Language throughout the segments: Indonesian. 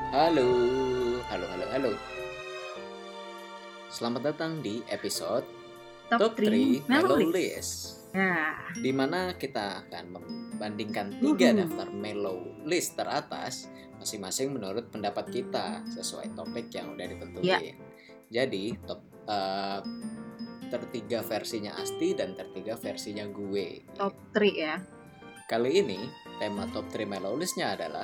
Halo, halo. Selamat datang di episode Top 3 Mellow List. Ya. Di mana kita akan membandingkan 3 daftar Mellow List teratas masing-masing menurut pendapat kita sesuai topik yang udah ditentuin. Ya. Jadi tertiga versinya Asti dan tertiga versinya gue. Top 3 ya. Kali ini tema top 3 Mellow List-nya adalah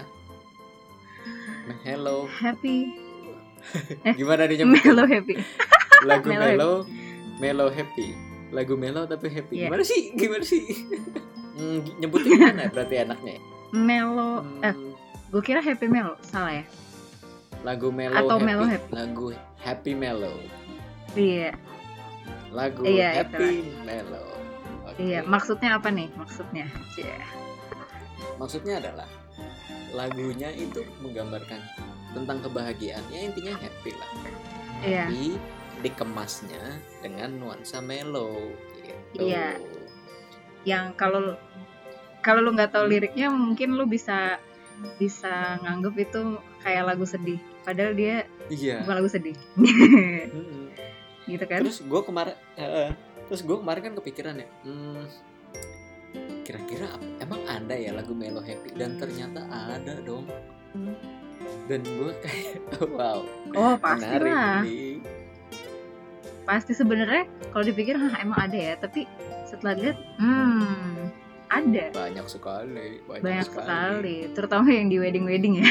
Hello Happy. Gimana dinyebutnya? Mellow Happy. Lagu Mellow Happy. Lagu Mellow tapi happy. Yeah. Gimana sih? Nyebutin gimana berarti enaknya? Mellow. Gue kira Happy Mellow, salah ya? Lagu Mellow atau Happy. Mellow Happy. Lagu Happy Mellow. Iya. Lagu Iya, Happy Mellow. Okay. Iya, maksudnya apa nih? Maksudnya. Yeah. Maksudnya adalah lagunya itu menggambarkan tentang kebahagiaan, ya intinya happy lah. Iya. Tapi dikemasnya dengan nuansa mellow gitu. Iya. Yang kalau lu nggak tahu liriknya mungkin lu bisa nganggep itu kayak lagu sedih. Padahal dia bukan lagu sedih. Gitu kan? Terus gue kemarin kan kepikiran ya. Kira-kira emang ada ya lagu mellow happy, dan ternyata ada dong. Dan gue kayak wow. Oh, pasti lah. Pasti sebenarnya kalau dipikir emang ada ya, tapi setelah lihat ada. Banyak sekali. Terutama yang di wedding ya.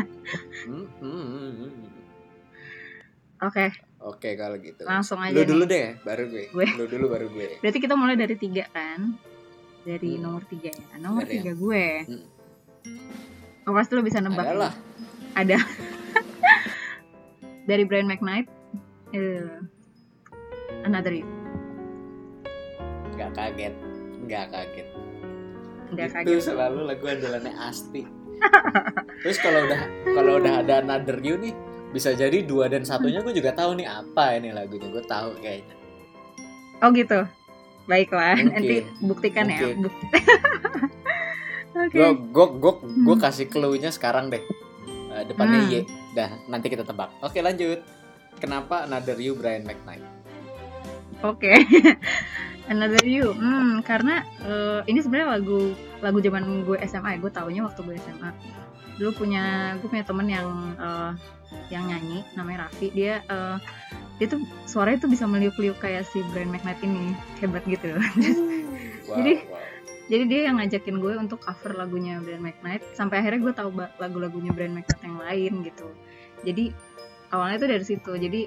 Oke, kalau gitu. Langsung aja. Lu dulu deh, baru gue. Lu dulu baru gue. Berarti kita mulai dari 3 kan? Dari nomor 3 ya. Nomor 3 gue. Oh, pasti lo bisa nebak. Adalah. Ada. Dari Brian McKnight. Another You. Nggak kaget. Nggak kaget. Itu selalu lagu andalannya Asti. Terus kalau udah ada Another You nih, bisa jadi 2 dan 1-nya gue juga tahu nih apa ini lagunya, gue tahu kayaknya. Oh gitu. Baiklah, nanti buktikan ya. Okay. Gue kasih clue-nya sekarang deh. Depannya Y. Dah, nanti kita tebak. Oke, lanjut. Kenapa Another You Brian McKnight? Oke. Another You. Karena ini sebenarnya lagu zaman gue SMA. Gue taunya waktu gue SMA. Dulu gue punya temen yang nyanyi, namanya Raffi. Dia tuh suaranya tuh bisa meliuk-liuk kayak si Brian McKnight ini, hebat gitu. Jadi dia yang ngajakin gue untuk cover lagunya Brian McKnight, sampai akhirnya gue tahu lagu-lagunya Brian McKnight yang lain gitu. Jadi awalnya itu dari situ. Jadi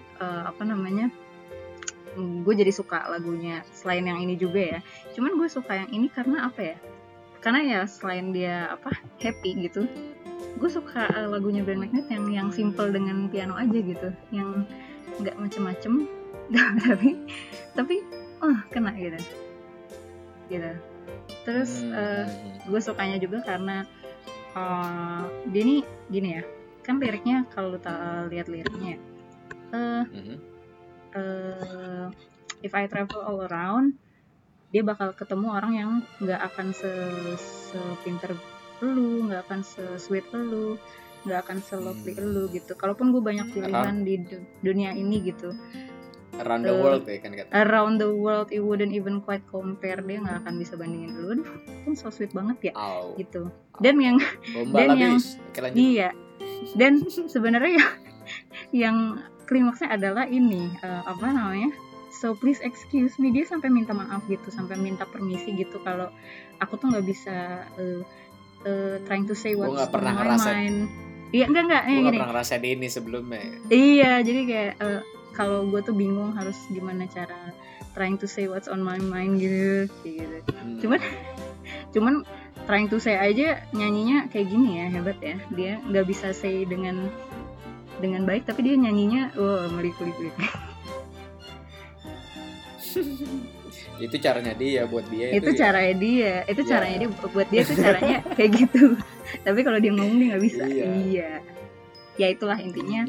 gue jadi suka lagunya selain yang ini juga ya. Cuman gue suka yang ini karena apa ya? Karena ya selain dia happy gitu, gue suka lagunya Brian McKnight yang simple dengan piano aja gitu, yang nggak macem-macem, tapi kena gitu. Terus gue sukanya juga karena dia nih gini ya, kan liriknya kalau lihat liriknya if I travel all around, dia bakal ketemu orang yang nggak akan sepinter lu, nggak akan se-sweet lu, nggak akan se-lovely lu gitu. Kalaupun gue banyak pilihan di dunia ini gitu, around the world ya kan kata. Around the world it wouldn't even quite compare, dia nggak akan bisa bandingin lu. Kan so sweet banget ya gitu. Dan yang iya. Dan sebenarnya yang klimaksnya adalah ini so please excuse me, dia sampai minta maaf gitu, sampai minta permisi gitu kalau aku tuh nggak bisa trying to say what's on my mind. Iya, enggak. Gue nggak pernah ngerasain ini sebelumnya. Iya, jadi kayak kalau gue tuh bingung harus gimana cara trying to say what's on my mind gitu. Cuman trying to say aja nyanyinya kayak gini ya, hebat ya. Dia nggak bisa say dengan baik, tapi dia nyanyinya melik-lik. Itu caranya dia buat dia. Itu caranya dia buat dia tuh caranya kayak gitu. Tapi kalau dia ngomong dia nggak bisa. Iya. Ya itulah intinya.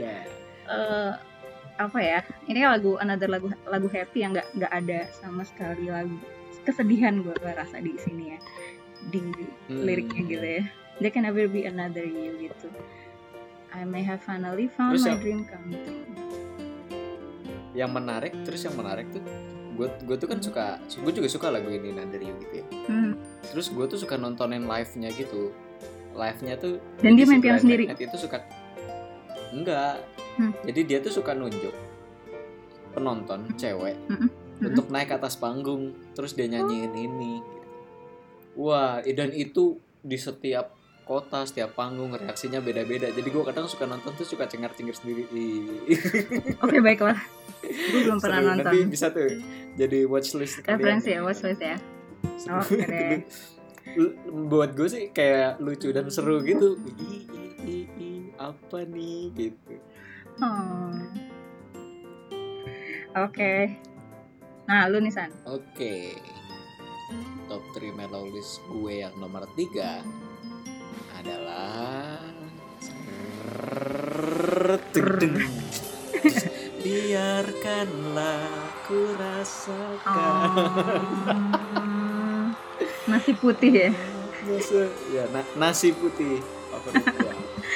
Ini lagu happy yang nggak ada sama sekali lagu kesedihan gue rasa di sini ya, di liriknya gitu ya. There can never be another you gitu. I may have finally found my dream come true. Yang menarik tuh gue tuh kan gue juga suka lagu ini Under You gitu ya. Terus gue tuh suka nontonin live-nya gitu. Live-nya tuh dan dia main piano sendiri. Itu suka enggak. Jadi dia tuh suka nunjuk penonton cewek untuk naik ke atas panggung, terus dia nyanyiin ini. Wah, dan itu di setiap kota, setiap panggung reaksinya beda-beda. Jadi gue kadang suka nonton tuh suka cengar-cengir sendiri. Oke, baiklah. Gue belum pernah nonton. Nanti bisa tuh jadi watchlist kalian. Referensi ya, watchlist ya. Oke. Buat gue sih kayak lucu dan seru gitu. Apa nih gitu. Oke. Nah, lu nih San. Oke. Top 3 mellow list gue yang nomor 3 adalah biarkanlah ku rasakan. Nasi putih ya. Nasi putih favorit gua.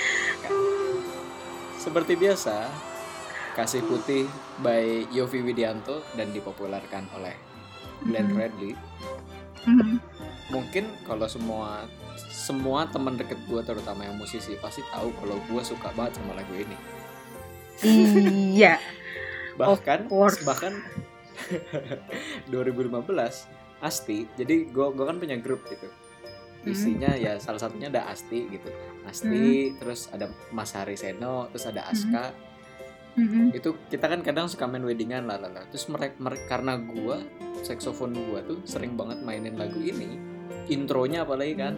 Seperti biasa, Kasih Putih by Yovie Widianto dan dipopulerkan oleh Glenn Fredly. Mungkin kalau semua teman deket gue terutama yang musisi pasti tahu kalau gue suka banget sama lagu ini. Iya. bahkan 2015 Asti, jadi gue kan punya grup gitu. Isinya ya salah satunya ada Asti gitu. Asti, terus ada Mas Hari Seno, terus ada Aska. Itu kita kan kadang suka main weddingan lah. Terus mereka karena gue saksofon gue tuh sering banget mainin lagu ini. Intronya apalagi kan.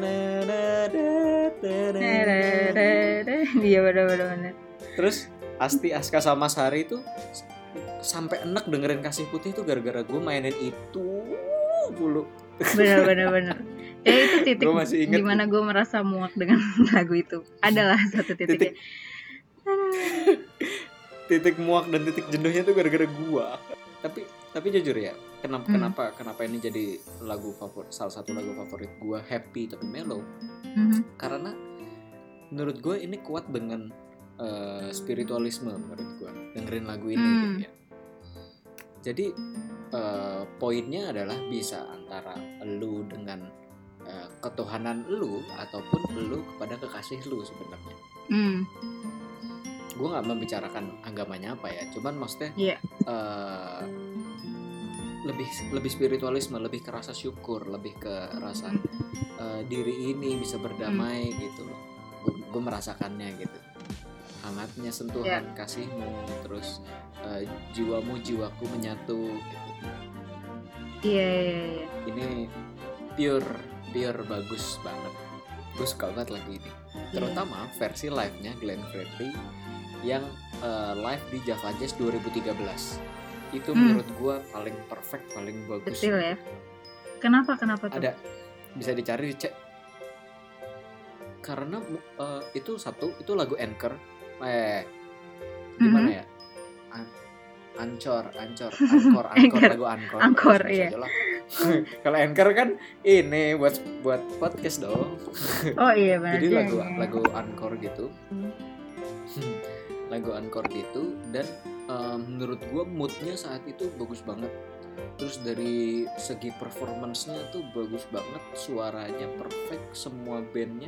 Iya benar. Terus Asti, Aska sama Mas Hari tuh sampai enek dengerin Kasih Putih tuh gara-gara gue mainin itu dulu. Bener. Itu titik dimana gue merasa muak dengan lagu itu. Adalah satu titiknya. Titik muak dan titik jenuhnya tuh gara-gara gue. Tapi jujur ya, kenapa ini jadi salah satu lagu favorit gue, happy tapi mellow. Karena menurut gue ini kuat dengan spiritualisme menurut gue dengerin lagu ini gitu ya. Jadi poinnya adalah bisa antara lu dengan ketuhanan lu ataupun lu kepada kekasih lu sebenarnya. Gue nggak membicarakan agamanya apa ya, cuman maksudnya lebih spiritualisme, lebih ke rasa syukur, lebih ke rasa diri ini bisa berdamai gitu loh. Gue merasakannya gitu. Hangatnya sentuhan kasihmu, terus jiwaku menyatu gitu. Iya. Ini pure bagus banget. Gue suka banget lagu ini. Terutama versi live-nya Glenn Fredly yang live di Java Jazz 2013. Itu menurut gue paling perfect, paling bagus. Betul ya. Kenapa tuh? Ada, bisa dicari dicek. Karena itu lagu Anchor. Gimana ya? Ancor lagu Ancor iya. Kalau Anchor kan ini buat podcast dong. Oh iya benar. Jadi lagu Ancor gitu. Lagu Ancor gitu dan menurut gue moodnya saat itu bagus banget. Terus dari segi performance-nya tuh bagus banget, suaranya perfect, semua bandnya.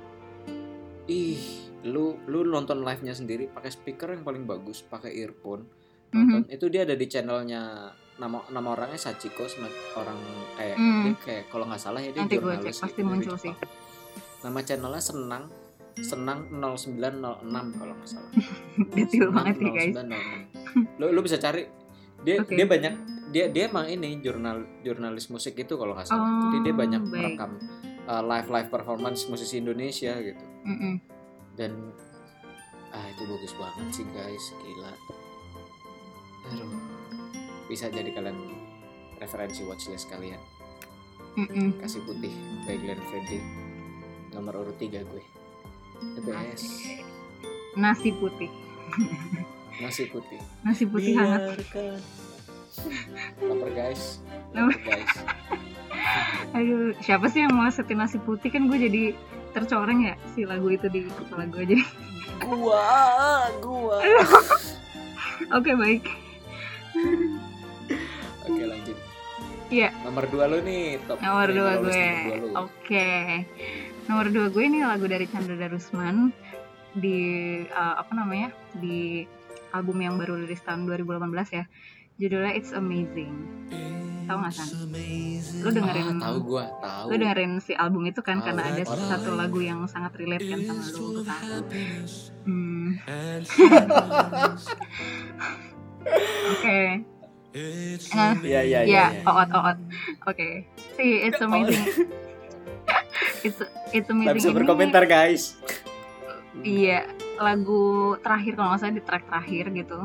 Lu nonton live-nya sendiri pakai speaker yang paling bagus, pakai earphone. Nonton itu dia ada di channelnya, nama orangnya Sachiko, orang dia kayak kalau nggak salah ya dia nanti jurnalis cek, pasti muncul sih. Nama channelnya Senang 0906 kalau nggak salah. Detail banget sih guys. Lu bisa cari dia banyak dia emang ini jurnalis musik gitu kalau nggak salah. Jadi dia banyak merekam live performance musisi Indonesia gitu. Dan itu bagus banget sih guys, gila. Aduh, bisa jadi kalian referensi watchlist kalian. Kasih Putih by Glenn Fredly, nomor urut 3 gue. The best. Nasi putih hangat. Lapar guys. Aduh, siapa sih yang mau setin nasi putih, kan gue jadi tercoreng ya si lagu itu di kepala gue jadi. Gua. Oke, baik. Oke, lanjut. Iya. Nomor 2 lu nih, top. Nomor 2 gue. Oke. Nomor 2 gue ini lagu dari Chandra Darusman di di album yang baru rilis tahun 2018 ya. Judulnya It's Amazing. Tahu nggak San? Lu dengerin? Tahu. Lu dengerin si album itu kan karena ada satu lagu yang sangat relate kan sama lu tahu. Oke. Ya. Oot. Oke. Si It's Amazing. It's Amazing. Bisa berkomentar guys. Iya, lagu terakhir kalau nggak salah di track terakhir gitu.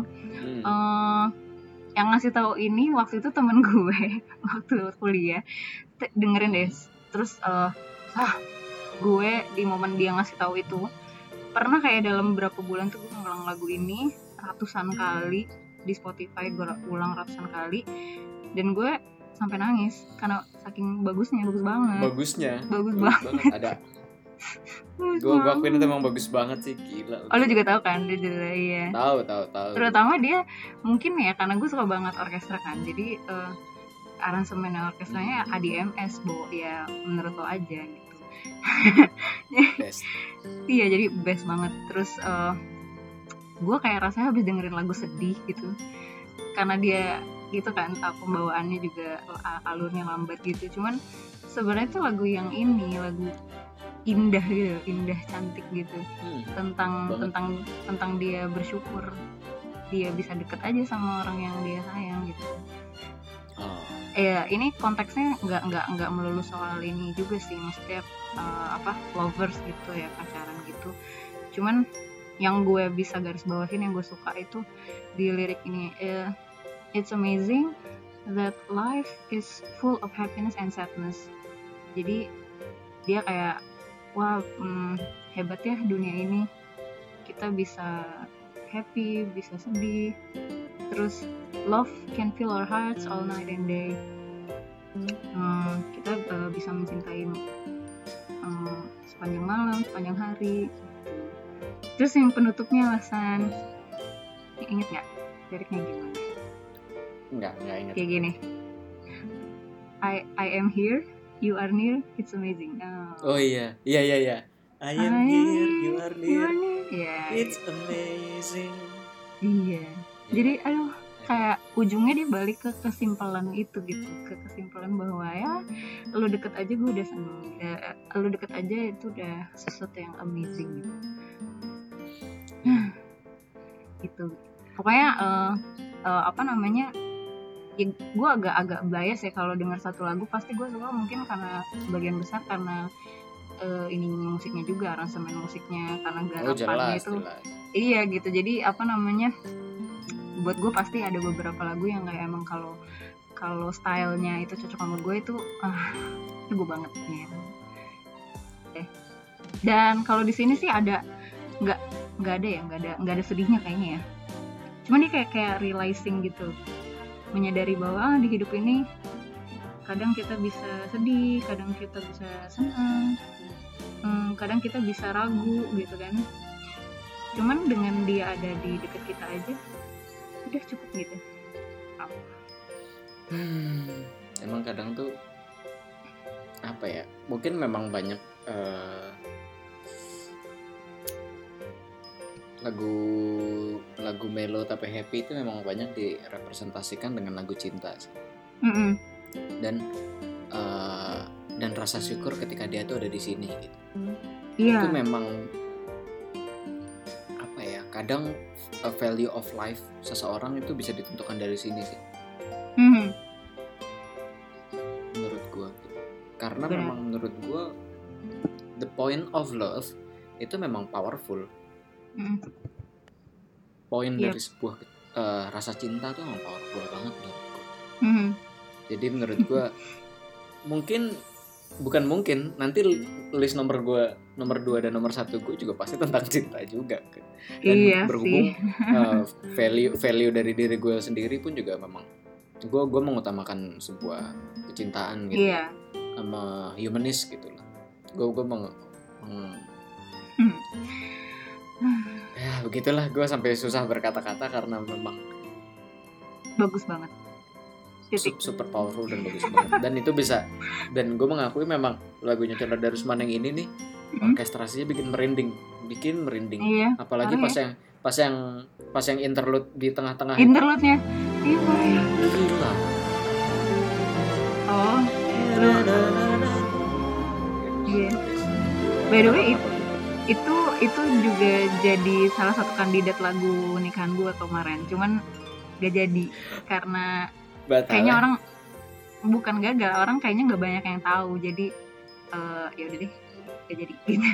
Yang ngasih tahu ini waktu itu temen gue waktu kuliah dengerin deh. Terus gue di momen dia ngasih tahu itu pernah kayak dalam beberapa bulan tuh gue ngulang lagu ini ratusan kali di Spotify, gue ulang ratusan kali dan gue sampai nangis karena saking bagus banget. Bagus banget. Ada. Gue akuin itu emang bagus banget sih, gila. Oh, lu juga tahu kan dia juga iya. Tahu. Terutama dia mungkin ya karena gue suka banget orkestra kan. Jadi aransemen orkestranya ADMS, ya menurut lo aja gitu. Best. Iya, jadi best banget. Terus gue kayak rasanya habis dengerin lagu sedih gitu. Karena dia gitu kan, pembawaannya juga alurnya lambat gitu. Cuman sebenarnya itu lagu yang lagu indah gitu, indah cantik gitu. Tentang dia bersyukur dia bisa deket aja sama orang yang dia sayang gitu. Ini konteksnya nggak melulu soal ini juga sih, maksudnya lovers gitu ya, pacaran gitu. Cuman yang gue bisa garis bawahin, yang gue suka itu di lirik ini, it's amazing that life is full of happiness and sadness. Jadi dia kayak wah, hebat ya dunia ini, kita bisa happy, bisa sedih, terus love can fill our hearts all night and day. Kita bisa mencintai sepanjang malam, sepanjang hari. Terus yang penutupnya alasan, inget nggak liriknya gimana? Nggak inget. Kayak gini, I am here, you are near, it's amazing. Oh iya. I am here, you are near, yeah. It's amazing. Iya. Jadi kayak ujungnya dia balik ke kesimpulan itu gitu, ke kesimpulan bahwa ya lu deket aja gue udah seneng, lu deket aja itu udah sesuatu yang amazing gitu. Gitu. Pokoknya ya gue agak bias ya kalau dengar satu lagu pasti gue suka, mungkin karena sebagian besar karena ini musiknya juga, aransemen musiknya, karena garapannya itu jelas. Iya gitu. Jadi buat gue pasti ada beberapa lagu yang kayak emang kalau stylenya itu cocok sama gue itu gue banget ya. Dan kalau di sini sih ada nggak ada sedihnya kayaknya ya. Cuman dia kayak realizing gitu, menyadari bahwa di hidup ini kadang kita bisa sedih, kadang kita bisa senang, kadang kita bisa ragu gitu kan. Cuman dengan dia ada di dekat kita aja udah cukup gitu. Emang kadang tuh apa ya, mungkin memang banyak lagu melo tapi happy itu memang banyak direpresentasikan dengan lagu cinta sih. Dan rasa syukur ketika dia tuh ada di sini gitu. Itu memang apa ya, kadang value of life seseorang itu bisa ditentukan dari sini sih. Menurut gue gitu. Karena memang menurut gue the point of love itu memang powerful. Poin dari sebuah rasa cinta tuh memang powerful banget menurut gue. Jadi menurut gue nanti list nomor 2 dan nomor 1 gue juga pasti tentang cinta juga kan. Dan berhubung value dari diri gue sendiri pun juga memang gue mengutamakan sebuah kecintaan gitu, sama humanis gitu lah. Gue Ya begitulah, gue sampai susah berkata-kata karena memang bagus banget, super powerful dan bagus banget. Dan itu bisa, dan gue mengakui memang lagunya Condra Darusman yang ini nih orkestrasinya bikin merinding. Iya, apalagi pas yang interlude di tengah-tengah interlude-nya iya gila. Oh iya, by the way itu juga jadi salah satu kandidat lagu nikahan gue kemarin, cuman gak jadi karena kayaknya orang bukan gagal, orang kayaknya nggak banyak yang tahu, jadi ya udah deh gak jadi gitu.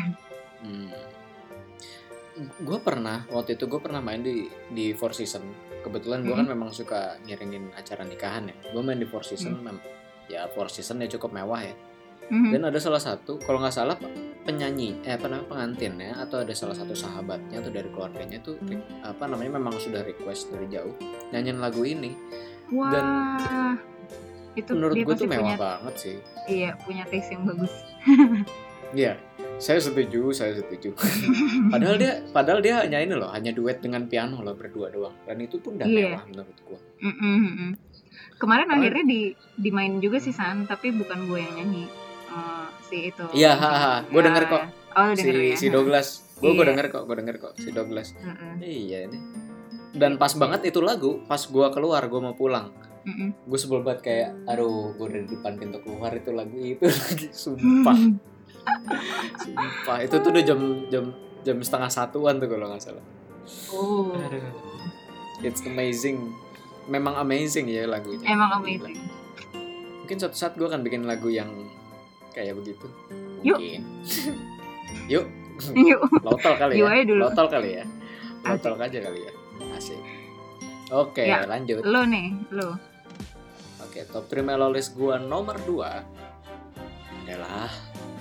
Gue pernah waktu itu main di Four Seasons. Kebetulan gue kan memang suka ngiringin acara nikahan ya. Gue main di Four Seasons, ya Four Seasons ya cukup mewah ya. Dan ada salah satu, kalau nggak salah penyanyi, pengantinnya atau ada salah satu sahabatnya atau dari keluarganya tuh memang sudah request dari jauh nyanyiin lagu ini. Wah, dan itu menurut gue tuh mewah banget sih. Iya, punya taste yang bagus. Iya, saya setuju. padahal dia hanya ini loh, hanya duet dengan piano loh, berdua doang, dan itu pun udah mewah menurut gue. Kemarin akhirnya dimain juga sih San, tapi bukan gue yang nyanyi. Si itu. Iya, gue denger kok. Oh, si Douglas. Gue denger kok si Douglas. Iya ini. Dan pas banget itu lagu, pas gue keluar, gue mau pulang. Gue sebel banget kayak, aduh, gue udah di depan pintu keluar itu lagu itu lagi, sumpah. Sumpah, itu tuh udah jam 12:30 tuh kalau nggak salah. Oh. It's amazing. Memang amazing ya lagunya. Emang amazing. Mungkin suatu saat gue akan bikin lagu yang kayak begitu. Mungkin. Yuk. Lotol kali ya. Lotol aja kali ya. Asik. Oke, ya, lanjut. Lo. Oke, top 3 melodies gue nomor 2 adalah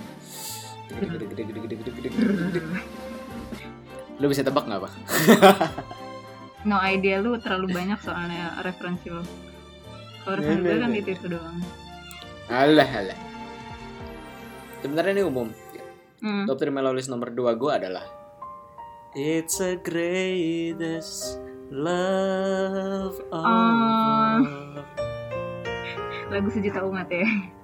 Lu bisa tebak nggak, Pak? No idea, lu terlalu banyak soalnya referensi lo. Kalau referensi gue kan itu doang. Alah. Sebenarnya ini umum. Top 3 melodies nomor 2 gue adalah It's a Greatest Love of All. Lagu sejuta umat ya.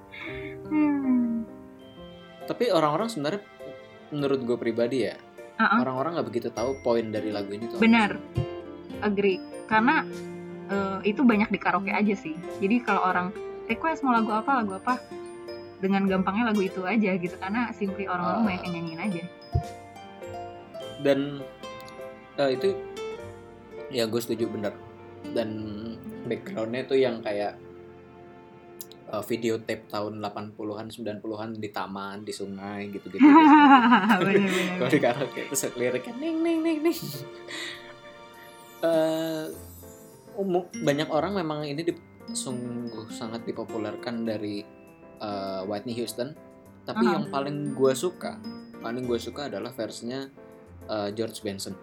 Tapi orang-orang sebenarnya, menurut gue pribadi ya, orang-orang nggak begitu tahu poin dari lagu ini tuh. Benar, agree. Karena itu banyak di karaoke aja sih. Jadi kalau orang request mau lagu apa, dengan gampangnya lagu itu aja gitu. Karena simply orang-orang banyak yang nyanyiin aja. Dan itu ya gue setuju bener. Dan backgroundnya tuh yang kayak video tape tahun 80-an, 90-an di taman, di sungai gitu-gitu. Bener. Kalau di karaoke terus liriknya ning. Banyak orang memang ini sungguh sangat dipopulerkan dari Whitney Houston, tapi yang paling gue suka adalah versinya George Benson.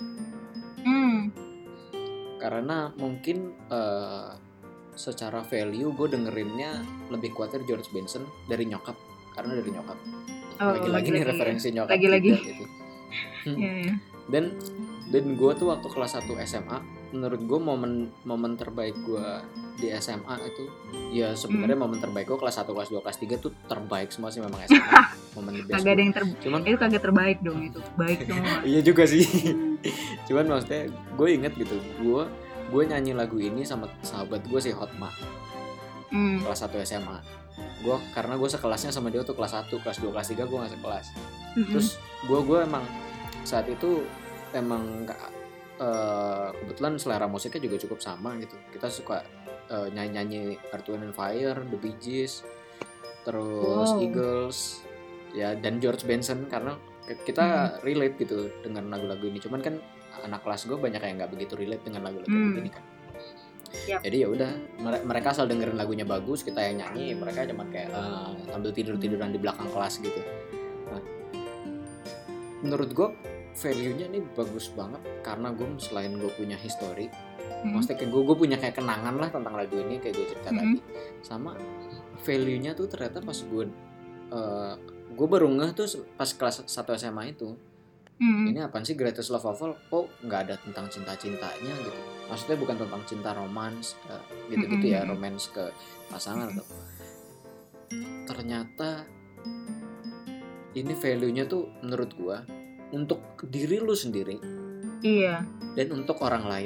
Karena mungkin secara value gue dengerinnya lebih khawatir George Benson dari nyokap, karena dari nyokap. Lagi-lagi nih referensi nyokap lagi-lagi gitu. Dan gue tuh waktu kelas 1 SMA, menurut gue momen terbaik gue di SMA itu ya sebenarnya momen terbaik gue kelas 1, kelas 2, kelas 3 tuh terbaik semua sih memang SMA. Momen the best. Kagak ada yang cuman itu kagak terbaik dong, itu baik semua. Iya juga sih. Cuman maksudnya gue inget gitu, gue nyanyi lagu ini sama sahabat gue si Hotma. Kelas 1 SMA. Karena gue sekelasnya sama dia tuh kelas 1, kelas 2, kelas 3 gue gak sekelas. Terus gue emang saat itu emang kebetulan selera musiknya juga cukup sama gitu. Kita suka nyanyi Earth, Wind & Fire, The Bee Gees, terus Eagles, ya, dan George Benson, karena kita relate gitu dengan lagu-lagu ini. Cuman kan anak kelas gue banyak yang nggak begitu relate dengan lagu-lagu begini kan. Jadi ya udah, mereka asal dengerin lagunya bagus, kita yang nyanyi, mereka cuman kayak sambil tiduran di belakang kelas gitu. Nah, menurut gue value-nya ini bagus banget karena gue selain gue punya history, maksudnya kayak gue punya kayak kenangan lah tentang lagu ini, kayak gue cerita tadi, sama value-nya tuh ternyata pas gue gue baru ngeh tuh pas kelas 1 SMA itu. Ini apaan sih greatest love of all? Kok nggak ada tentang cinta-cintanya gitu? Maksudnya bukan tentang cinta romans gitu-gitu ya, romance ke pasangan atau. Ternyata ini value-nya tuh menurut gue untuk diri lu sendiri. Iya. Dan untuk orang lain.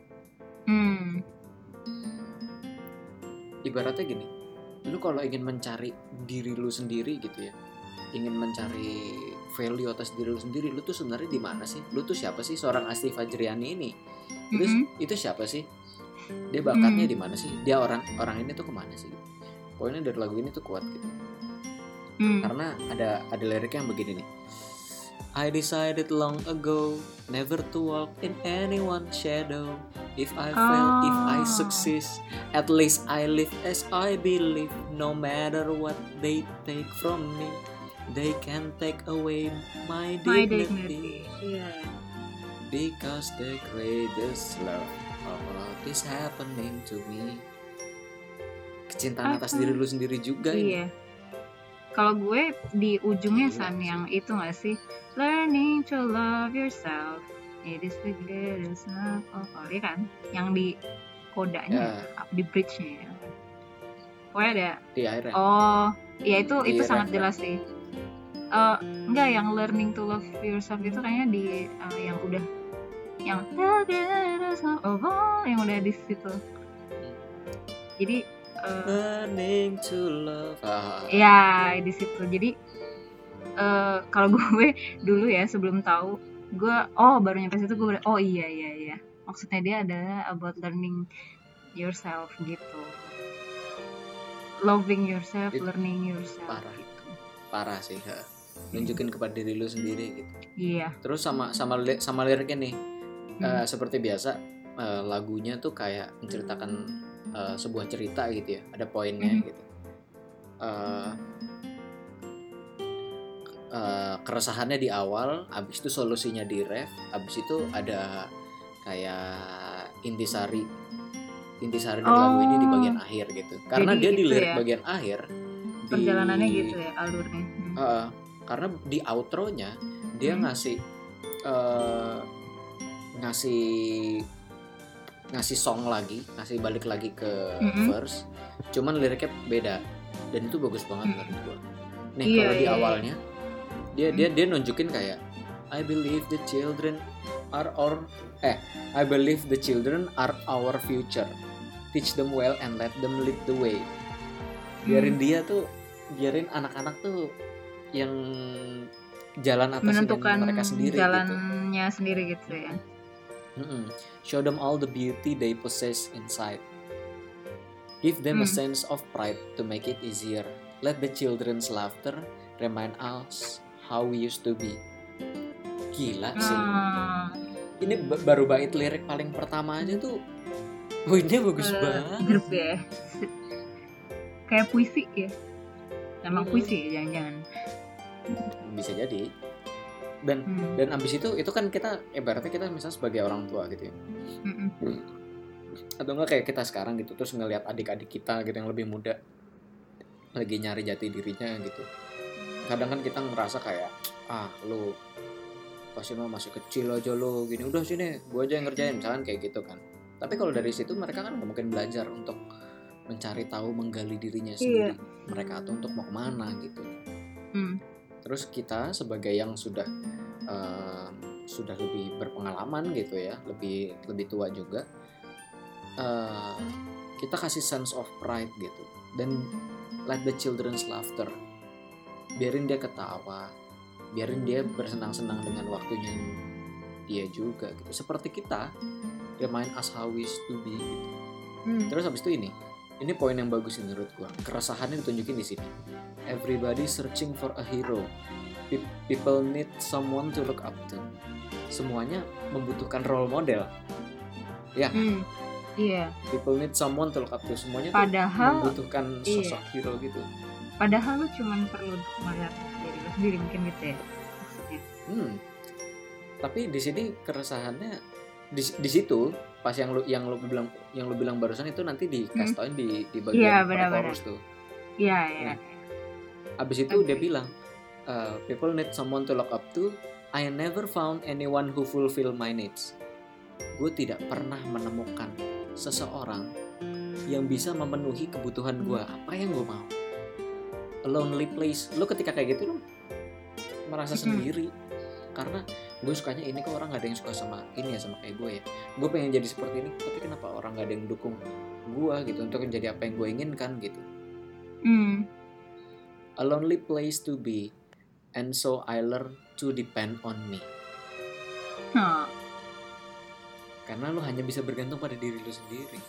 Ibaratnya gini, lu kalau ingin mencari diri lu sendiri gitu ya, ingin mencari value atas diri lu sendiri, lu tuh sebenarnya di mana sih? Lu tuh siapa sih? Seorang Asti Fajriani ini itu siapa sih? Dia bakatnya di mana sih? Dia orang ini tuh kemana sih? Poinnya dari lagu ini tuh kuat gitu. Karena ada liriknya yang begini nih. I decided long ago never to walk in anyone's shadow. If I fail, if I succeed, at least I live as I believe. No matter what they take from me, they can take away my dignity. Yeah. Because the greatest love of all is happening to me. Kecintaan atas diri lu sendiri juga ini. Kalau gue di ujungnya San yang itu nggak sih, learning to love yourself, it is the greatest love of all, ya kan? Yang di kodanya, di bridge-nya. Pokoknya ada. Di akhirnya. Oh, ya itu sangat jelas sih. Enggak, yang learning to love yourself itu kayaknya di yang udah, yang the greatest love of all, yang udah di situ. Jadi learning to love. Ya di situ. Jadi kalau gue dulu ya sebelum tahu, gue baru nyampe situ gue iya. Maksudnya dia adalah about learning yourself gitu. Loving yourself, learning yourself. Parah sih, nunjukin kepada diri lu sendiri gitu. Iya. Terus sama liriknya nih, seperti biasa lagunya tuh kayak menceritakan sebuah cerita gitu ya, ada poinnya gitu. Keresahannya di awal, abis itu solusinya di ref, abis itu ada kayak intisari dari lagu ini di bagian akhir gitu. Karena dia di lirik bagian akhir perjalanannya gitu ya alurnya. Karena di outro-nya dia ngasih song lagi, ngasih balik lagi ke verse, cuman liriknya beda dan itu bagus banget menurut gue. Nih kalau di awalnya dia nunjukin kayak I believe the children are our future. Teach them well and let them lead the way. Biarin anak-anak tuh yang jalan atas menentukan mereka sendiri jalannya gitu. Sendiri gitu ya. Show them all the beauty they possess inside. Give them a sense of pride to make it easier. Let the children's laughter remind us how we used to be. Gila sih. Ini baru bait lirik paling pertama aja tuh. Ini bagus banget. Grup ya. Kayak puisi ya. Emang puisi ya, jangan-jangan. Bisa jadi. Dan abis itu kan kita ibaratnya kita misalnya sebagai orang tua gitu ya, atau enggak kayak kita sekarang gitu, terus ngelihat adik-adik kita gitu yang lebih muda lagi nyari jati dirinya gitu, kadang kan kita ngerasa kayak lu pasti masih kecil aja lu gini, udah sini gua aja yang ngerjain misalkan kayak gitu kan. Tapi kalau dari situ mereka kan mungkin belajar untuk mencari tahu, menggali dirinya sendiri, mereka tuh untuk mau kemana gitu. Terus kita sebagai yang sudah lebih berpengalaman gitu ya, lebih tua juga, kita kasih sense of pride gitu, dan let the children's laughter, biarin dia ketawa, biarin dia bersenang-senang dengan waktunya dia juga gitu, seperti kita, remind us how we used to be gitu. Terus habis itu ini poin yang bagus menurut gua, keresahannya ditunjukin di sini. Everybody searching for a hero. People need someone to look up to. Semuanya membutuhkan role model. Ya. Iya. People need someone to look up to. Semuanya padahal, membutuhkan sosok hero gitu. Padahal lu cuma perlu melihat diri lu sendiri mungkin gitu ya. Tapi di sini keresahannya di situ pas yang lu bilang barusan itu nanti dikasih tauin di bagian chorus tuh. Iya. Abis itu dia bilang people need someone to look up to. I never found anyone who fulfill my needs. Gue tidak pernah menemukan seseorang yang bisa memenuhi kebutuhan gue, apa yang gue mau. A lonely place. Lo ketika kayak gitu lo merasa sendiri. Karena gue sukanya ini, kok orang gak ada yang suka sama ini ya, sama kayak gue ya. Gue pengen jadi seperti ini, tapi kenapa orang gak ada yang dukung gue gitu untuk menjadi apa yang gue inginkan gitu. A lonely place to be, and so I learn to depend on me. Karena lo hanya bisa bergantung pada diri lo sendiri.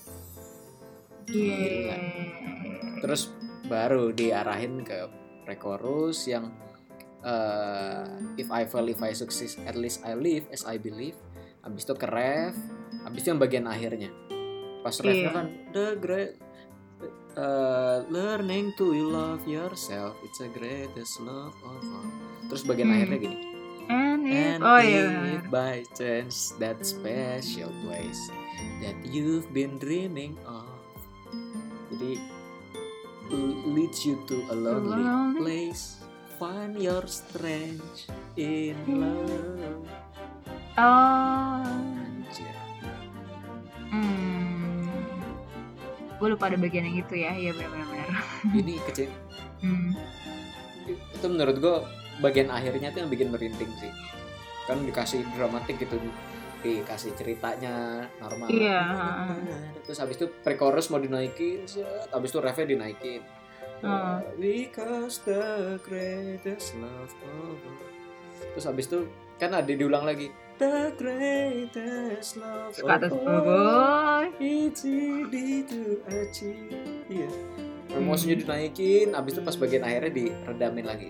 Gila. Terus baru diarahin ke pre-chorus yang if I fail, if I succeed, at least I live as I believe. Abis itu ke ref, abis itu yang bagian akhirnya. Pas refnya kan the great learning to love yourself, it's a greatest love of all. Terus bagian akhirnya gini. And if by chance that special place that you've been dreaming of, jadi leads you to a lonely place, find your strength in love. Anjir. Gue lupa ada bagian yang itu ya. Iya benar-benar. Ini kecil. Itu menurut gue bagian akhirnya tuh yang bikin merinding sih. Kan dikasih dramatik gitu, dikasih ceritanya normal. Iya. Terus habis itu pre-chorus mau dinaikin, habis itu refnya dinaikin. Because the greatest love of all. Terus habis itu kan ada diulang lagi. The greatest love of all, it's easy to achieve. Iya. Promosinya dinaikin, habis itu pas bagian akhirnya diredamin lagi.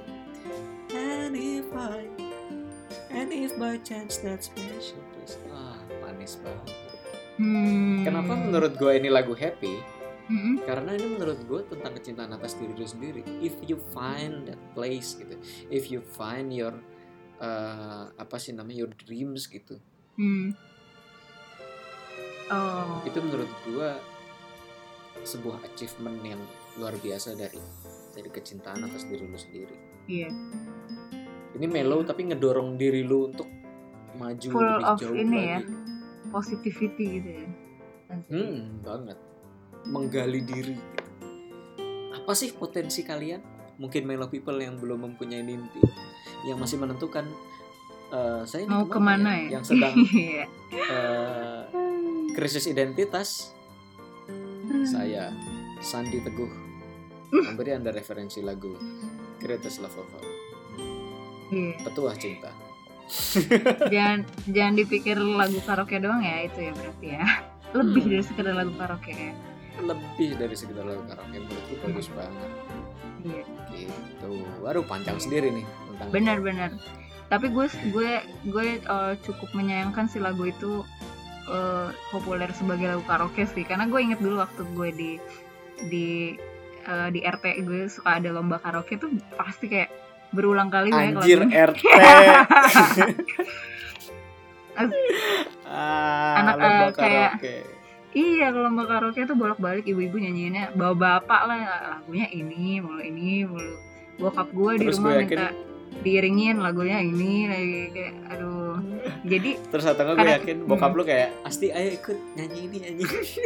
And if by chance that special place. Manis banget. Kenapa menurut gue ini lagu happy? Karena ini menurut gue tentang kecintaan atas diri lu sendiri. If you find that place gitu, if you find your your dreams gitu. Itu menurut gue sebuah achievement yang luar biasa dari kecintaan atas diri lu sendiri. Iya. Ini mellow tapi ngedorong diri lu untuk maju full lebih of jauh ini lagi. Ya, positivity gitu ya. Banget. Menggali diri. Apa sih potensi kalian? Mungkin mellow people yang belum mempunyai mimpi, yang masih menentukan saya ini mau kemana ya? Yang sedang krisis identitas. Saya Sandi Teguh memberi Anda referensi lagu Greatest Love of All. Petuah cinta. Jangan dipikir lagu karaoke doang ya, itu ya berarti ya. Lebih dari sekedar lagu karaoke ya. Lebih dari sekedar lagu karaoke, menurutku bagus banget. Iya. Gitu. Waduh, panjang sendiri nih tentang. Benar. Tapi gue cukup menyayangkan si lagu itu populer sebagai lagu karaoke sih, karena gue inget dulu waktu gue di RT gue suka ada lomba karaoke tuh pasti kayak berulang kali banyak lagu. Anjir RT. Anak kayak iya, kalau lomba karaoke tuh bolak-balik ibu-ibu nyanyiinnya, bawa bapak lah lagunya ini mulu. Bokap gue di rumah minta diiringin lagunya ini lagi kayak aduh. Jadi terus atau gue yakin bokap lu kayak Asti ayo ikut nyanyi.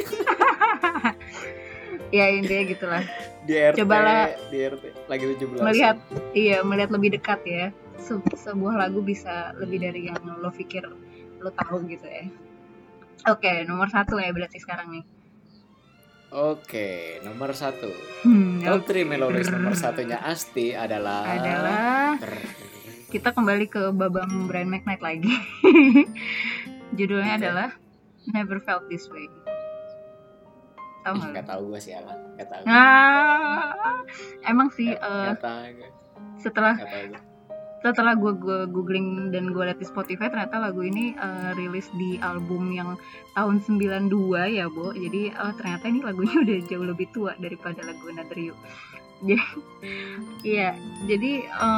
Ya intinya gitulah. Di RT, cobalah di RT lagi 17. Melihat lebih dekat ya. Sebuah lagu bisa lebih dari yang lo pikir lo tahu gitu ya. Oke, nomor 1 ya berarti sekarang nih. Oke, nomor 1. Top 3 melodies nomor 1-nya Asti adalah kita kembali ke Babang Brian McKnight lagi. Judulnya adalah Never Felt This Way. Tahu nggak? Nggak tahu gue sih apa. Nggak tahu. Emang sih. Nggak tahu. Setelah gue googling dan gue liat di Spotify, ternyata lagu ini rilis di album yang tahun 92 ya, Bo. Jadi ternyata ini lagunya udah jauh lebih tua daripada lagu Another You. Jadi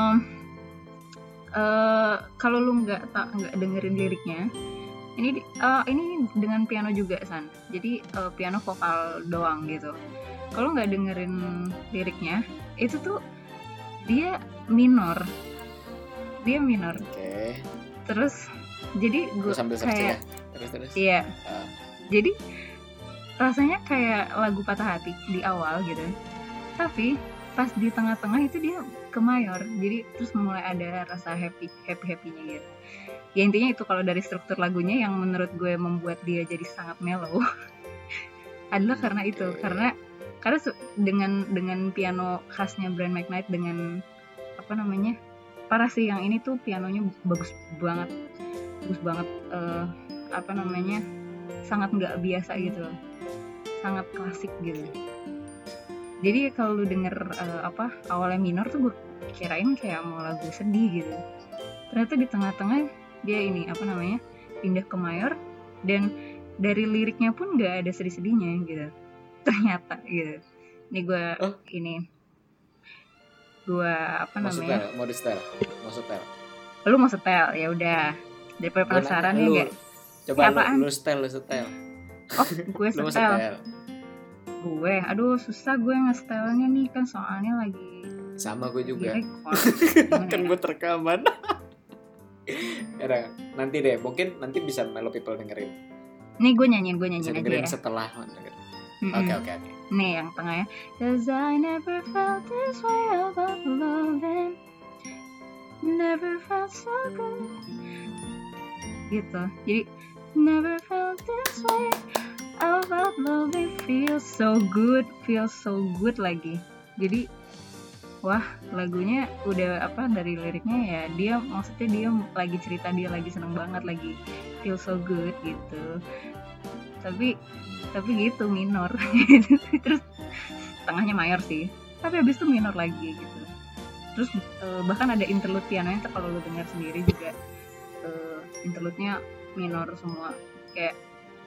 kalau lu nggak dengerin liriknya, ini dengan piano juga San. Jadi piano vokal doang gitu. Kalau nggak dengerin liriknya, itu tuh dia minor. Oke. Terus jadi gue sambil kayak terus. Iya. Jadi rasanya kayak lagu Patah Hati di awal gitu. Tapi pas di tengah-tengah itu dia ke mayor. Jadi terus mulai ada rasa happy-nya gitu. Ya intinya itu kalau dari struktur lagunya yang menurut gue membuat dia jadi sangat mellow adalah karena itu. Karena dengan piano khasnya Brian McKnight dengan apa namanya? Parah sih yang ini tuh pianonya bagus banget. Apa namanya? Sangat nggak biasa gitu loh. Sangat klasik gitu. Jadi kalau lu denger awalnya minor tuh gue kirain kayak mau lagu sedih gitu. Ternyata di tengah-tengah dia ini pindah ke mayor, dan dari liriknya pun nggak ada sedih-sedihnya gitu. Ternyata gitu. Ini gue mau di setel. Lu mau setel? Ya udah. Daripada penasaran ya enggak? Coba lu setel. Oh, gue setel. Gue, aduh susah gue nge-setelnya nih kan soalnya lagi sama gue juga. Kan buat rekaman. Nanti deh, mungkin nanti bisa Mellow People dengerin. Nih gue nyanyiin aja ya. Setelah Oke. Nih yang tengah ya. 'Cause I never felt this way about loving, never felt so good. Gitu. Jadi never felt this way about loving, feels so good lagi. Jadi wah, lagunya udah dari liriknya ya dia maksudnya dia lagi cerita dia lagi seneng banget, lagi feel so good gitu. Tapi gitu minor gitu. Terus tengahnya mayor sih, tapi habis itu minor lagi gitu. Terus bahkan ada interlude pianonya, kalau lu dengar sendiri juga interlude-nya minor semua, kayak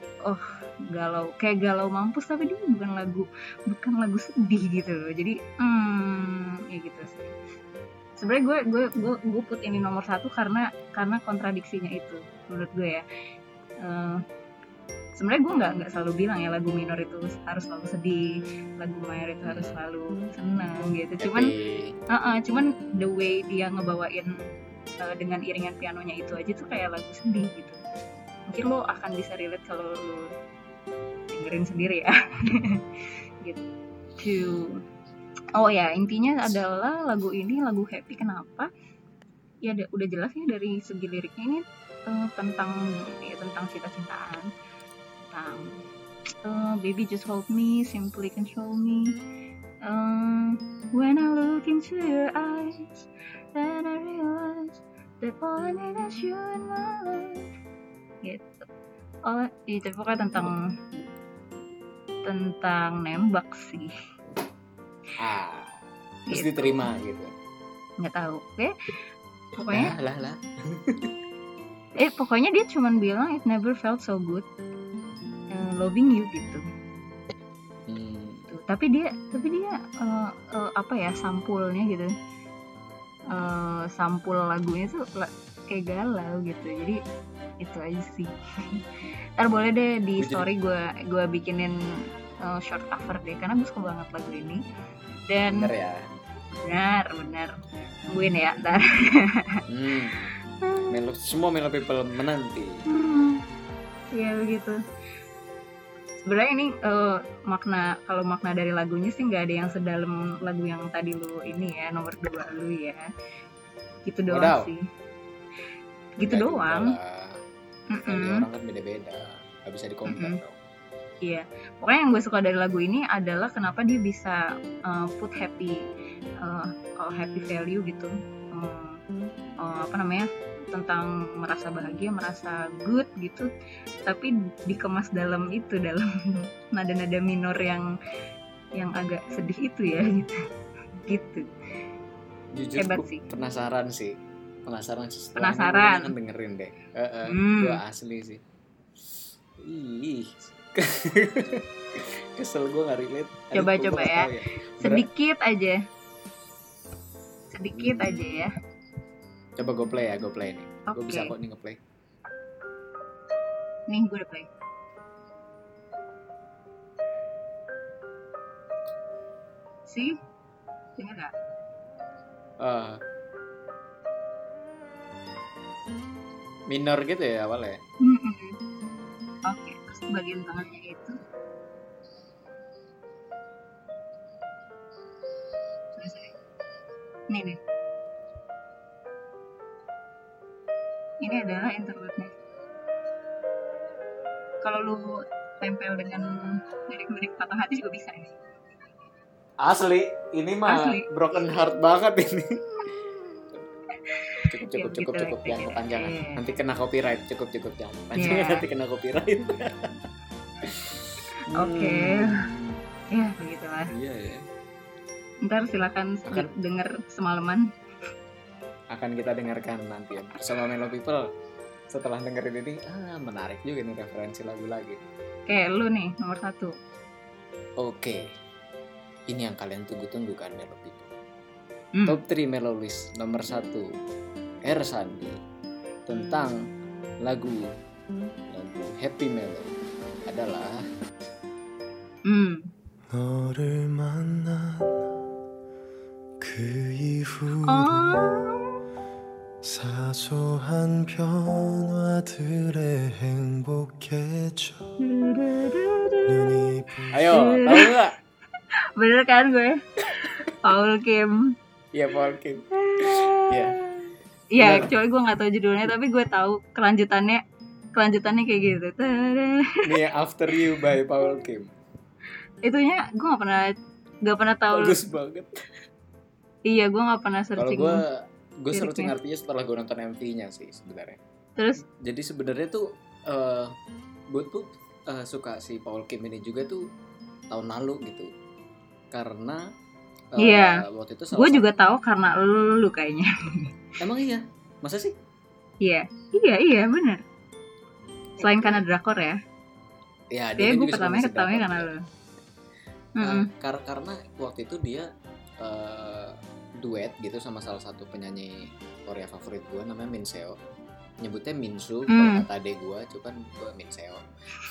galau mampus, tapi dia bukan lagu sedih gitu loh. Jadi ya gitu sih. Sebenarnya gue put ini nomor 1 karena kontradiksinya itu menurut gue ya. Sebenarnya gue nggak selalu bilang ya lagu minor itu harus selalu sedih, lagu mayor itu harus selalu senang gitu. Cuman the way dia ngebawain dengan iringan pianonya itu aja tuh kayak lagu sedih gitu. Mungkin lo akan bisa relate kalau lo dengerin sendiri ya. Gitu. Oh ya, intinya adalah lagu ini lagu happy. Kenapa? Ya udah jelas ya dari segi liriknya ini tentang cinta-cintaan. Baby just hold me, simply control me. When I look into your eyes, then I realize that all I need is you in my life. Gitu. Itu pokoknya tentang nembak sih. Terus gitu. Diterima gitu. Nggak tahu. Pokoknya lah. Pokoknya dia cuman bilang it never felt so good loving you gitu. Tapi dia sampulnya gitu. Sampul lagunya tuh kayak galau gitu. Jadi itu aja sih. Ntar boleh deh di story gue bikinin short cover deh, karena gue suka banget lagu ini. Dan bener ya. Benar. Tungguin ya ntar. Semua Mellow People menanti. Ya begitu. Sebenarnya ini makna dari lagunya sih nggak ada yang sedalam lagu yang tadi lu ini ya, nomor 2 lu ya. Gitu doang sih. Gitu gak doang. Orang kan beda-beda, nggak bisa di-compare dong. Iya, pokoknya yang gue suka dari lagu ini adalah kenapa dia bisa put happy value gitu, tentang merasa bahagia, merasa good gitu, tapi dikemas dalam nada-nada minor yang agak sedih itu ya gitu. Jujur hebat sih. Penasaran kan dengerin deh. Gue asli sih. Kesel gue nggak relate. Coba ya. Sedikit aja ya. Coba gue play nih. Okay. Gue bisa kok nih ngeplay. Nih gue udah play. Sih, dengar nggak? Minor gitu ya awalnya. Oke, terus bagian tangannya itu nih ini adalah internetnya. Kalau lu tempel dengan lirik-lirik patah hati juga bisa ya. Asli, ini mah asli. Broken heart banget ini. Cukup jangan kepanjangan. Nanti kena copyright. Cukup jangan kepanjangan, nanti kena copyright. Oke. Ya begitulah. Iya ya. Ntar silakan denger semalaman. Akan kita dengarkan nanti ya bersama Melo People. Setelah dengerin ini, menarik juga nih referensi lagu lagi. Oke, lu nih nomor 1. Oke. Ini yang kalian tunggu-tunggu kan Melo People. Top 3 Melo List nomor 1 Ersandi tentang lagu Happy Melo adalah 너를 만난 그 이후로 사소한 변화들에 행복해져 눈이 ayo tahu nggak? Bener kan gue? Paul Kim. Iya Paul Kim. Iya. Iya, kecuali gue nggak tahu judulnya, tapi gue tahu kelanjutannya kayak gitu. Nih After You by Paul Kim. Itunya gue nggak pernah tahu. Bagus banget. Iya, gue nggak pernah searching. Kalau gue searching artinya setelah gue nonton MV-nya sih sebenarnya. Terus? Jadi sebenarnya tuh gue tuh suka si Paul Kim ini juga tuh tahun lalu gitu. Karena waktu itu gue juga tahu karena lu kayaknya. Emang iya? Masa sih? Iya benar. Selain karena drakor ya. Ya, dia gue pertamanya ketahunya karena lu. Karena waktu itu dia duet gitu sama salah satu penyanyi Korea favorit gue namanya Min Seo. Nyebutnya Minsu kalau kata adek gue, cuman gue Min Seo.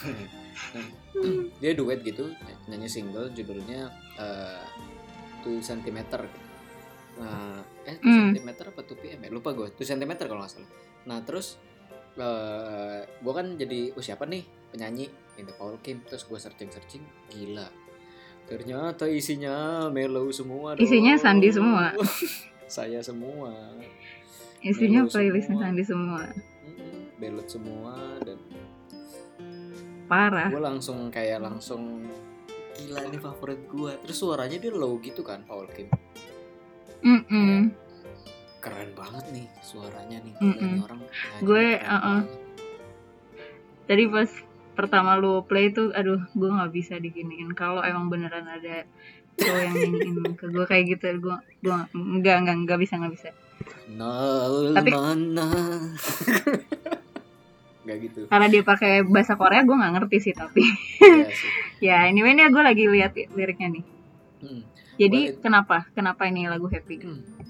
Dia duet gitu, nyanyi single judulnya 2 cm gitu. Nah, 2 cm apa 2 pm ya? Lupa gue, 2 cm kalau gak salah. Nah terus gue kan jadi siapa nih penyanyi ini Paul Kim. Terus gue searching gila, ternyata isinya mellow semua dong. Isinya Sandi semua. Saya semua. Isinya playlistnya Sandi semua. Belot semua dan parah. Gue langsung gila ini favorit gue. Terus suaranya dia low gitu kan Paul Kim. Keren banget nih suaranya nih. Ini orang gue tadi pas pertama lu play tuh, aduh gue nggak bisa diginiin. Kalau emang beneran ada cowok yang nyanyiin ke gue kayak gitu, gue nggak bisa. Tapi nggak gitu. Karena dia pakai bahasa Korea, gue nggak ngerti sih tapi. Ya anyway nih gue lagi lihat liriknya nih. Jadi kenapa ini lagu happy?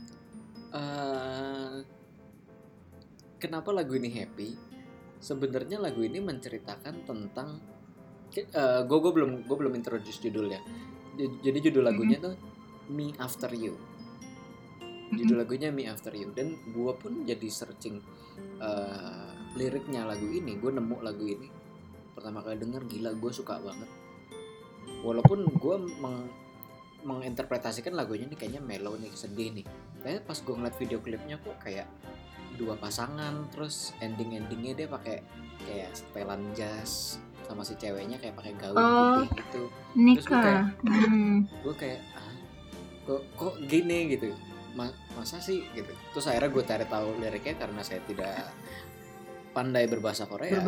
Kenapa lagu ini happy? Sebenarnya lagu ini menceritakan tentang gue belum introduce judulnya. Jadi judul lagunya tuh Me After You. Judul lagunya Me After You. Dan gue pun jadi searching liriknya lagu ini. Gue nemu lagu ini pertama kali denger, gila gue suka banget. Walaupun gue menginterpretasikan lagunya nih kayaknya mellow nih, sedih nih. Tapi pas gue ngeliat video klipnya kok kayak dua pasangan, terus endingnya dia pakai kayak setelan jas sama si ceweknya kayak pakai gaun putih gitu. Nikah. Terus gue kayak kok gini gitu. Masa sih gitu. Terus akhirnya gue cari tahu liriknya karena saya tidak pandai berbahasa Korea.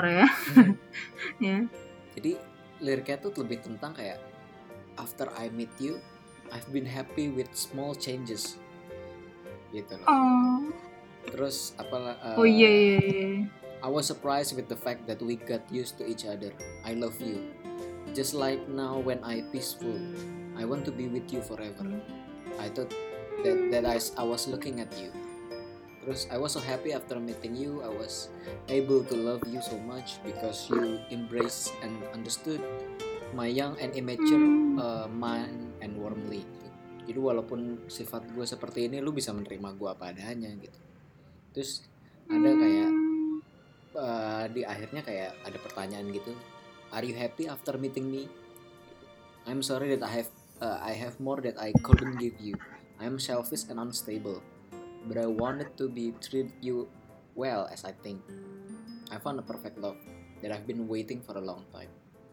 Ya. Jadi liriknya tuh lebih tentang kayak after I meet you, I've been happy with small changes. Gitu loh. Terus apalah I was surprised with the fact that we got used to each other. I love you. Just like now when I peaceful, I want to be with you forever. I thought that I was looking at you. Terus I was so happy after meeting you. I was able to love you so much because you embraced and understood my young and immature mind and warmly. Jadi walaupun sifat gue seperti ini, lu bisa menerima gue apa adanya gitu. Terus ada kayak di akhirnya kayak ada pertanyaan gitu, are you happy after meeting me? I'm sorry that I have more that I couldn't give you. I am selfish and unstable, but I wanted to be treat you well as I think. I found a perfect love that I've been waiting for a long time.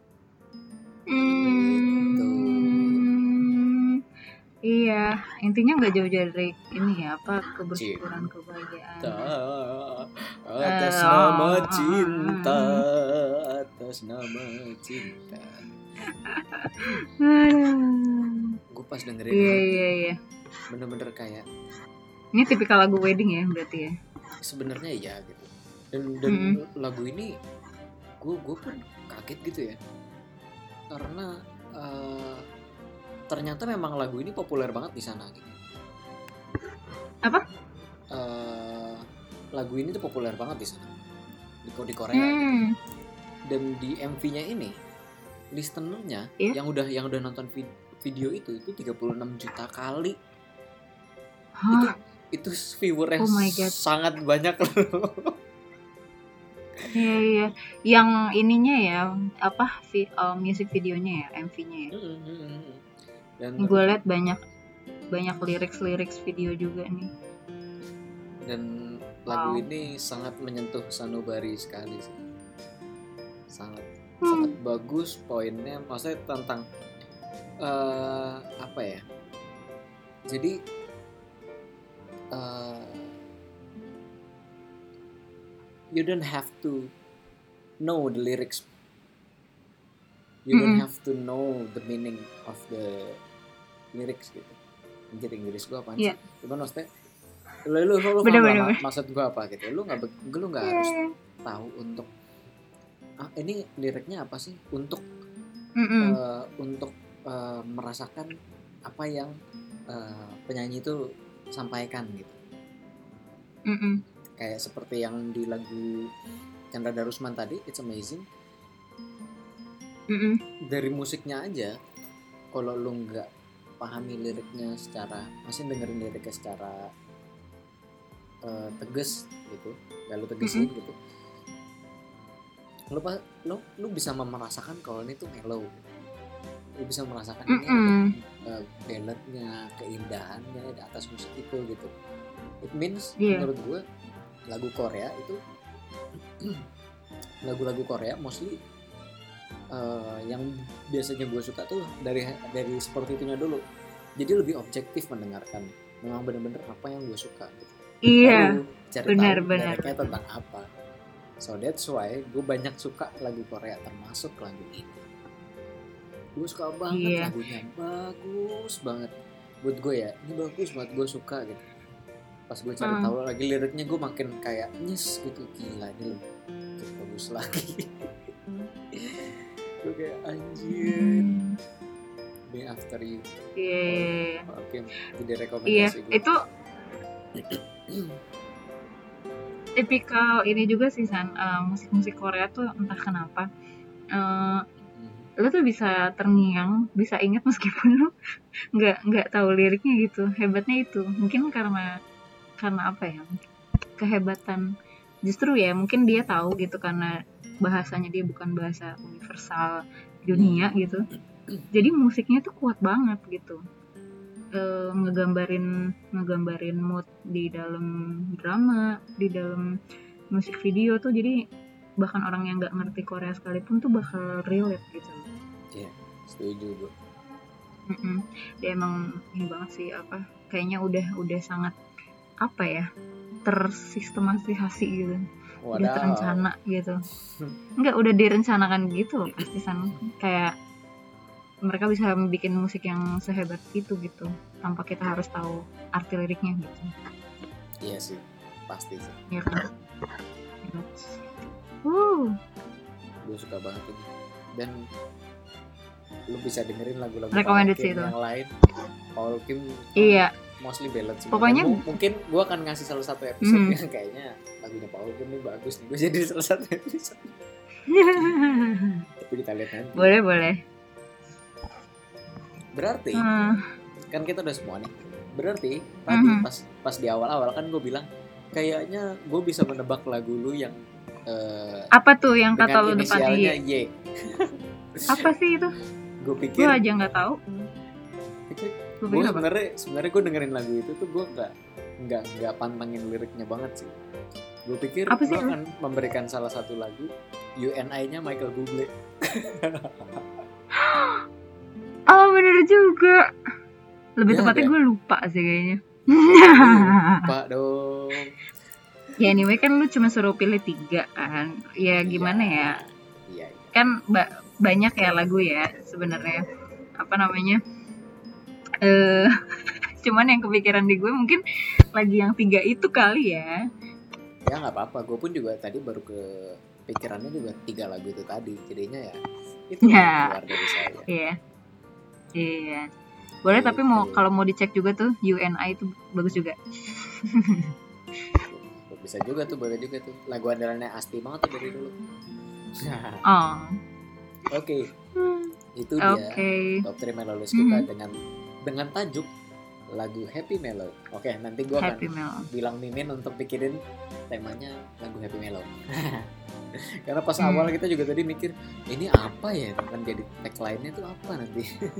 Gitu. Iya, intinya nggak jauh dari ini ya, apa kebersyukuran, kebahagiaan. Atas nama cinta, atas nama cinta. Gue pas dengerin iya. Bener-bener kayak ini tipikal lagu wedding ya berarti ya. Sebenarnya ya gitu. Dan lagu ini gue pun kaget gitu ya, karena ternyata memang lagu ini populer banget di sana gitu. Apa? Lagu ini tuh populer banget di sana di Korea gitu. Dan di MV-nya ini listenernya yang udah nonton video itu 36 juta kali. Itu viewernya sangat banyak loh. Iya. Yang ininya ya, apa music videonya ya, MV-nya ya. Dan gue liat banyak lirik video juga nih. Dan lagu ini sangat menyentuh sanubari sekali sih. Sangat bagus poinnya, maksudnya tentang apa ya? Jadi you don't have to know the lyrics. You don't have to know the meaning of the lyrics gitu. Inggris gue apaan sih? Cuman maksudnya lu maksud gue apa gitu. Lu nggak harus tahu untuk ini liriknya apa sih, untuk merasakan apa yang penyanyi itu sampaikan gitu. Kayak seperti yang di lagu Chandra Darusman tadi, It's Amazing. Dari musiknya aja, kalau lu nggak pahami liriknya masih dengerin liriknya secara tegas gitu, nggak lu tegesin gitu, lu bisa merasakan kalau ini tuh mellow. Lu bisa merasakan ini ada balladnya, keindahannya di atas musik itu gitu. It means menurut gue lagu Korea itu lagu-lagu Korea mostly yang biasanya gue suka tuh dari seperti itunya dulu. Jadi lebih objektif mendengarkan, memang benar-benar apa yang gue suka gitu. Iya, cari tahu liriknya tentang apa. So that's why gue banyak suka lagu Korea, termasuk lagu ini. Gue suka banget lagunya, bagus banget buat gue ya, ini bagus banget, gue suka gitu. Pas gue cari tahu lagi liriknya, gue makin kayak nyes gitu, gila ini lebih bagus lagi. Gue kayak anjir, Me After You. Oke, jadi rekomendasi gue. Itu tipikal ini juga sih San, musik-musik Korea tuh entah kenapa lu tuh bisa terngiang, bisa ingat meskipun lu nggak tahu liriknya gitu. Hebatnya itu mungkin karena apa ya, kehebatan justru ya, mungkin dia tahu gitu karena bahasanya dia bukan bahasa universal dunia gitu, jadi musiknya tuh kuat banget gitu, ngegambarin mood di dalam drama, di dalam musik video tuh. Jadi bahkan orang yang nggak ngerti Korea sekalipun tuh bakal relate gitu. Iya, setuju gue. Dia emang ini banget sih, apa kayaknya udah sangat apa ya, tersistematisasi gitu. Udah terencana gitu. Enggak, udah direncanakan gitu loh pasti San. Kayak mereka bisa bikin musik yang sehebat itu gitu tanpa kita harus tahu arti liriknya gitu. Iya sih, pasti sih. Iya kan. Gue suka banget ini. Dan lu bisa dengerin lagu-lagu Paul Kim yang lain. Paul Kim mostly ballad sih. Pokoknya mungkin gue akan ngasih salah satu episode yang kayaknya lagunya Paul Kim ini bagus nih, gue jadi salah satu episode. Tapi kita lihat nanti. Boleh. Berarti kan kita udah semua nih. Berarti tadi pas di awal-awal kan gue bilang kayaknya gue bisa menebak lagu lu yang apa tuh yang kata lu depannya Y. Apa sih itu? Gue pikir gue aja nggak tahu. Gue sebenarnya gue dengerin lagu itu tuh gue nggak pantengin liriknya banget sih. Gue pikir lu akan memberikan salah satu lagu UNI-nya Michael Bublé. Oh bener juga. Lebih tepatnya gue lupa sih kayaknya. Lupa dong. Ya anyway kan lu cuma suruh pilih 3 kan. Ya gimana ya. Iya. Kan banyak ya lagu ya sebenarnya. Apa namanya? Cuman yang kepikiran di gue mungkin lagi yang 3 itu kali ya. Ya nggak apa-apa. Gue pun juga tadi baru pikirannya juga 3 lagu itu tadi. Jadinya ya itu keluar dari saya. Iya. Boleh tapi kalau mau dicek juga tuh UNI itu bagus juga. Bisa juga tuh, boleh juga tuh. Lagu andalannya Asti banget tuh dari dulu. Oke. Itu dia top 3 melodies kita dengan tajuk lagu Happy Mellow. Oke, nanti gue akan bilang Mimin untuk pikirin temanya lagu Happy Mellow. Karena pas awal kita juga tadi mikir ini apa ya, akan jadi tagline-nya tuh apa nanti.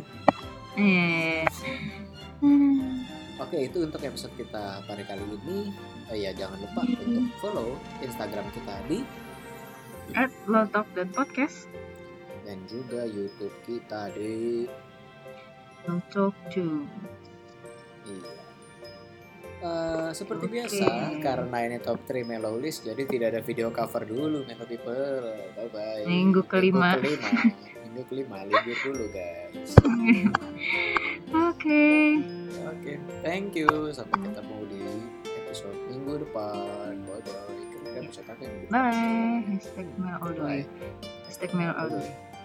Oke, itu untuk episode kita pada kali ini. Ya jangan lupa untuk follow Instagram kita di @lotalk.podcast dan juga YouTube kita di Lotalk2. Iya. Seperti biasa, karena ini top 3 mellow list, jadi tidak ada video cover dulu, Mellow People. Bye bye. Minggu kelima, libur dulu guys. Oke. Thank you. Sampai ketemu di episode minggu depan. Bye bye. Kita episode apa yang Bye. #Mel all the way.